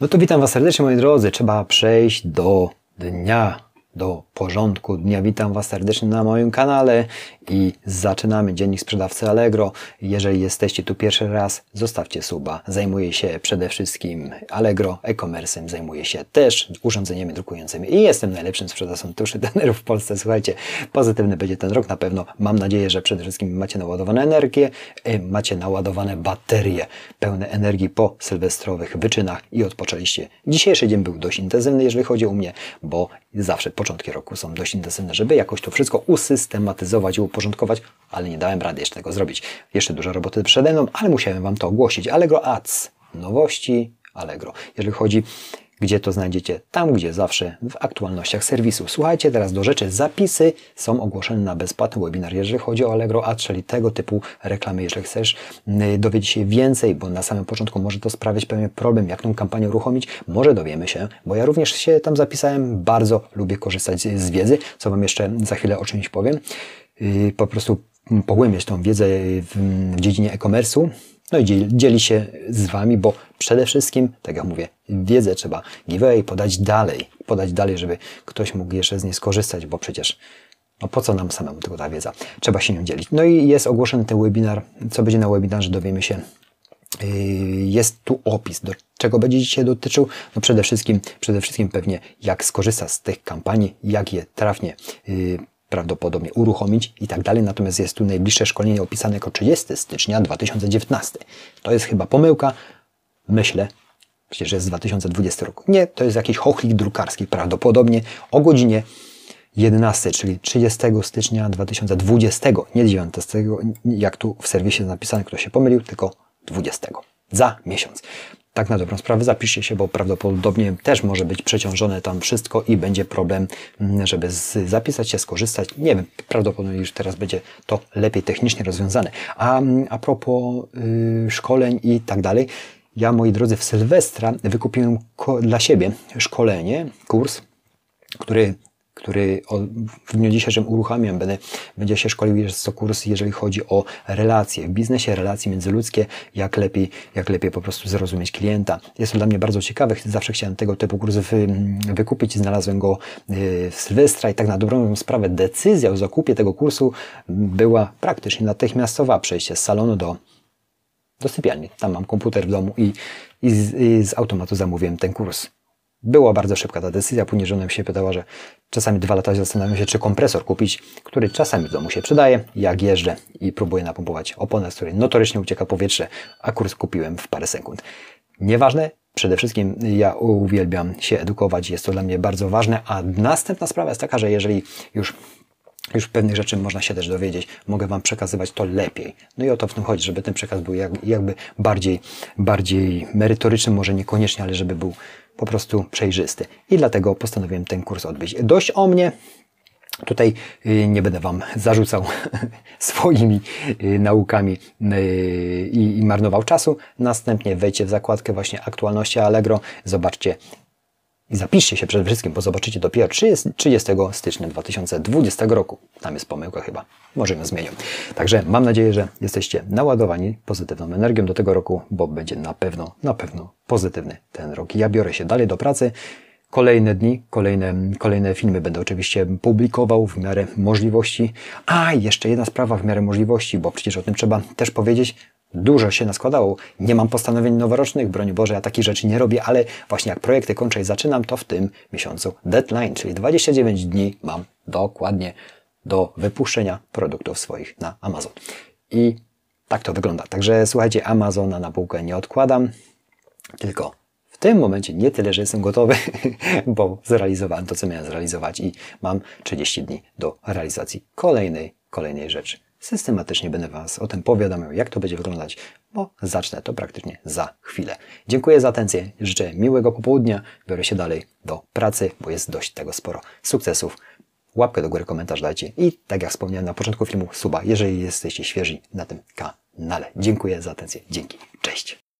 No to witam Was serdecznie, moi drodzy. Trzeba przejść do dnia, do porządku dnia. Witam Was serdecznie na moim kanale i zaczynamy Dziennik Sprzedawcy Allegro. Jeżeli jesteście tu pierwszy raz, zostawcie suba. Zajmuję się przede wszystkim Allegro, e-commerce'em, zajmuję się też urządzeniami drukującymi i jestem najlepszym sprzedawcą tuszy denerów w Polsce. Słuchajcie, pozytywny będzie ten rok na pewno. Mam nadzieję, że przede wszystkim macie naładowane energię, macie naładowane baterie pełne energii po sylwestrowych wyczynach i odpoczęliście. Dzisiejszy dzień był dość intensywny, jeżeli chodzi o mnie, bo zawsze początki roku są dość intensywne, żeby jakoś to wszystko usystematyzować i uporządkować, ale nie dałem rady jeszcze tego zrobić. Jeszcze dużo roboty przede mną, ale musiałem Wam to ogłosić. Allegro Ads, nowości Allegro. Jeżeli chodzi, gdzie to znajdziecie? Tam, gdzie zawsze, w aktualnościach serwisu. Słuchajcie, teraz do rzeczy. Zapisy są ogłoszone na bezpłatny webinar, jeżeli chodzi o Allegro Ads, czyli tego typu reklamy. Jeżeli chcesz dowiedzieć się więcej, bo na samym początku może to sprawiać pewien problem, jak tą kampanię uruchomić, może dowiemy się, bo ja również się tam zapisałem. Bardzo lubię korzystać z wiedzy, co Wam jeszcze za chwilę o czymś powiem. Po prostu pogłębiać tą wiedzę w dziedzinie e-commerce'u. No i dzieli się z Wami, bo przede wszystkim, tak jak mówię, wiedzę trzeba giveaway podać dalej, żeby ktoś mógł jeszcze z niej skorzystać, bo przecież no po co nam samemu tylko ta wiedza? Trzeba się nią dzielić. No i jest ogłoszony ten webinar. Co będzie na webinarze, dowiemy się. Jest tu opis, do czego będzie dzisiaj dotyczył. No przede wszystkim pewnie jak skorzystać z tych kampanii, jak je trafnie prawdopodobnie uruchomić i tak dalej. Natomiast jest tu najbliższe szkolenie opisane jako 30 stycznia 2019. To jest chyba pomyłka. Myślę, przecież jest 2020 rok. Nie, to jest jakiś chochlik drukarski prawdopodobnie o godzinie 11, czyli 30 stycznia 2020, nie 19, jak tu w serwisie napisane, kto się pomylił, tylko 20. Za miesiąc. Tak na dobrą sprawę zapiszcie się, bo prawdopodobnie też może być przeciążone tam wszystko i będzie problem, żeby zapisać się, skorzystać. Nie wiem, prawdopodobnie już teraz będzie to lepiej technicznie rozwiązane. A propos szkoleń i tak dalej, ja, moi drodzy, w Sylwestra wykupiłem dla siebie szkolenie, kurs, który w dniu dzisiejszym uruchamiam. Będzie się szkolił, jest to kurs, jeżeli chodzi o relacje w biznesie, relacje międzyludzkie, jak lepiej po prostu zrozumieć klienta. Jest to dla mnie bardzo ciekawe. Zawsze chciałem tego typu kurs wykupić i znalazłem go w Sylwestra i tak na dobrą sprawę decyzja o zakupie tego kursu była praktycznie natychmiastowa. Przejście z salonu do sypialni. Tam mam komputer w domu i z automatu zamówiłem ten kurs. Była bardzo szybka ta decyzja, później żona mi się pytała, że czasami 2 lata zastanawiam się, czy kompresor kupić, który czasami w domu się przydaje, jak jeżdżę i próbuję napompować oponę, z której notorycznie ucieka powietrze, a kurs kupiłem w parę sekund. Nieważne, przede wszystkim ja uwielbiam się edukować, jest to dla mnie bardzo ważne, a następna sprawa jest taka, że jeżeli już pewnych rzeczy można się też dowiedzieć, mogę Wam przekazywać to lepiej. No i o to w tym chodzi, żeby ten przekaz był jakby bardziej merytoryczny, może niekoniecznie, ale żeby był po prostu przejrzysty. I dlatego postanowiłem ten kurs odbyć. Dość o mnie. Tutaj nie będę Wam zarzucał swoimi naukami i marnował czasu. Następnie wejdźcie w zakładkę właśnie aktualności Allegro, zobaczcie i zapiszcie się przede wszystkim, bo zobaczycie dopiero 30 stycznia 2020 roku. Tam jest pomyłka chyba. Może ją zmienią. Także mam nadzieję, że jesteście naładowani pozytywną energią do tego roku, bo będzie na pewno pozytywny ten rok. Ja biorę się dalej do pracy. Kolejne dni, kolejne filmy będę oczywiście publikował w miarę możliwości. A, jeszcze jedna sprawa w miarę możliwości, bo przecież o tym trzeba też powiedzieć. Dużo się naskładało. Nie mam postanowień noworocznych, broń Boże, ja takich rzeczy nie robię, ale właśnie jak projekty kończę i zaczynam, to w tym miesiącu deadline, czyli 29 dni mam dokładnie do wypuszczenia produktów swoich na Amazon. I tak to wygląda. Także słuchajcie, Amazona na półkę nie odkładam, tylko w tym momencie nie tyle, że jestem gotowy, bo zrealizowałem to, co miałem zrealizować i mam 30 dni do realizacji kolejnej rzeczy. Systematycznie będę Was o tym powiadamiał, jak to będzie wyglądać, bo zacznę to praktycznie za chwilę. Dziękuję za atencję, życzę miłego popołudnia, biorę się dalej do pracy, bo jest dość tego sporo. Sukcesów, łapkę do góry, komentarz dajcie i tak jak wspomniałem na początku filmu, suba, jeżeli jesteście świeżi na tym kanale. Dziękuję za atencję, dzięki, cześć!